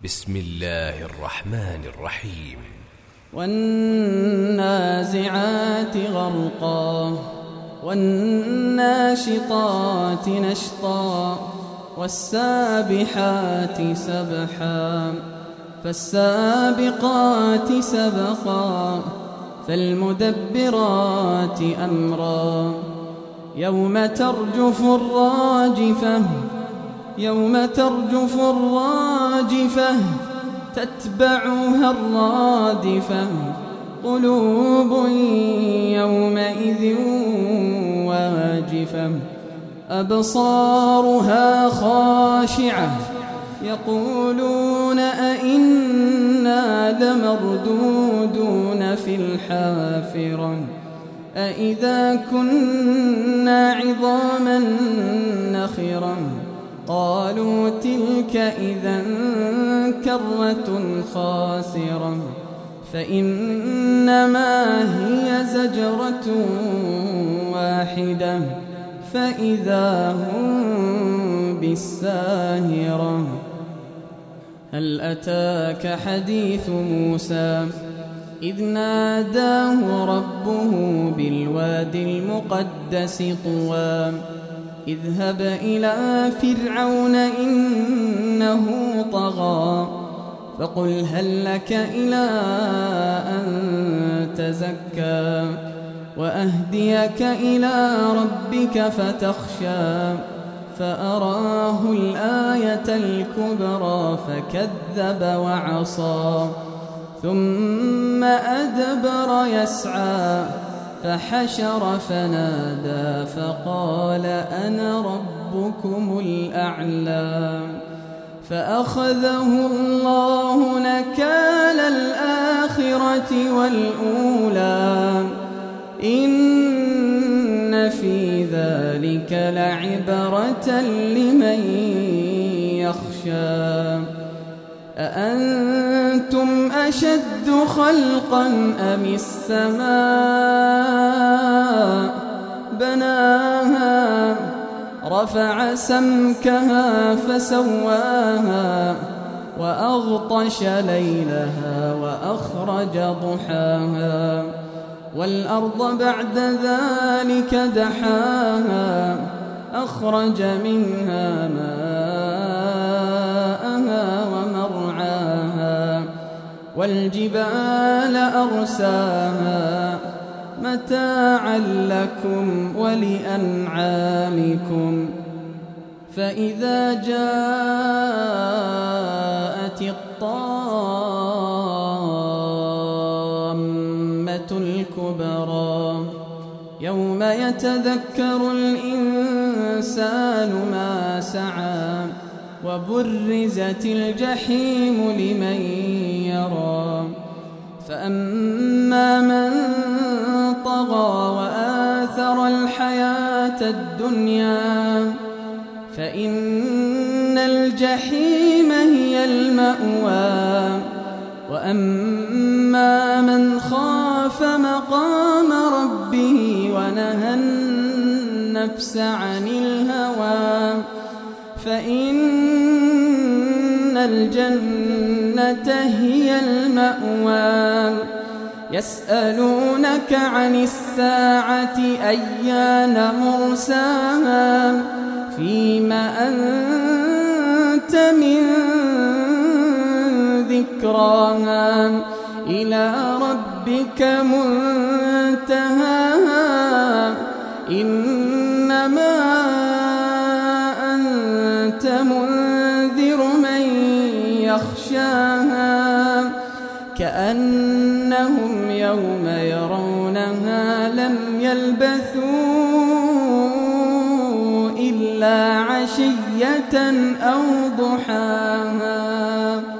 بسم الله الرحمن الرحيم. والنازعات غرقا والناشطات نشطا والسابحات سبحا فالسابقات سبقا فالمدبرات أمرا يوم ترجف الراجفة تتبعها الرادفة قلوب يومئذ واجفة أبصارها خاشعة يقولون أئنا لمردودون في الحافرة أئذا كنا عظاما نخرة قالوا تلك إذا كرة خاسرة فإنما هي زجرة واحدة فإذا هم بالساهرة. هل أتاك حديث موسى إذ ناداه ربه بالوادي المقدس طوى اذهب إلى فرعون إنه طغى فقل هل لك إلى أن تزكى وأهديك إلى ربك فتخشى فأراه الآية الكبرى فكذب وعصى ثم أدبر يسعى فحشر فنادى فقال أنا ربكم الأعلى فأخذه الله نكال الآخرة والأولى إن في ذلك لعبرة لمن يخشى. أأنتم أشد خلقا أم السماء بناها رفع سمكها فسواها وأغطش ليلها وأخرج ضحاها والأرض بعد ذلك دحاها أخرج منها ماءها ومرعاها والجبال أرساها متاعا لكم ولأنعامكم فإذا جاءت الطامة الكبرى يوم يتذكر الإنسان ما سعى وبرزت الجحيم لمن يرى فأما من طغى وآثر الحياة الدنيا فإن الجحيم هي المأوى وأما من خاف مقام ربه ونهى النفس عن الهوى فإن الجنة هي المأوى. يسألونك عن الساعة أيان مرساها فيما أنت من ذكراها إلى ربك منتهاها إنما أنت منذر من يخشاها كأنهم يوم يرونها لم يلبثوا إلا عشية أو ضحاها.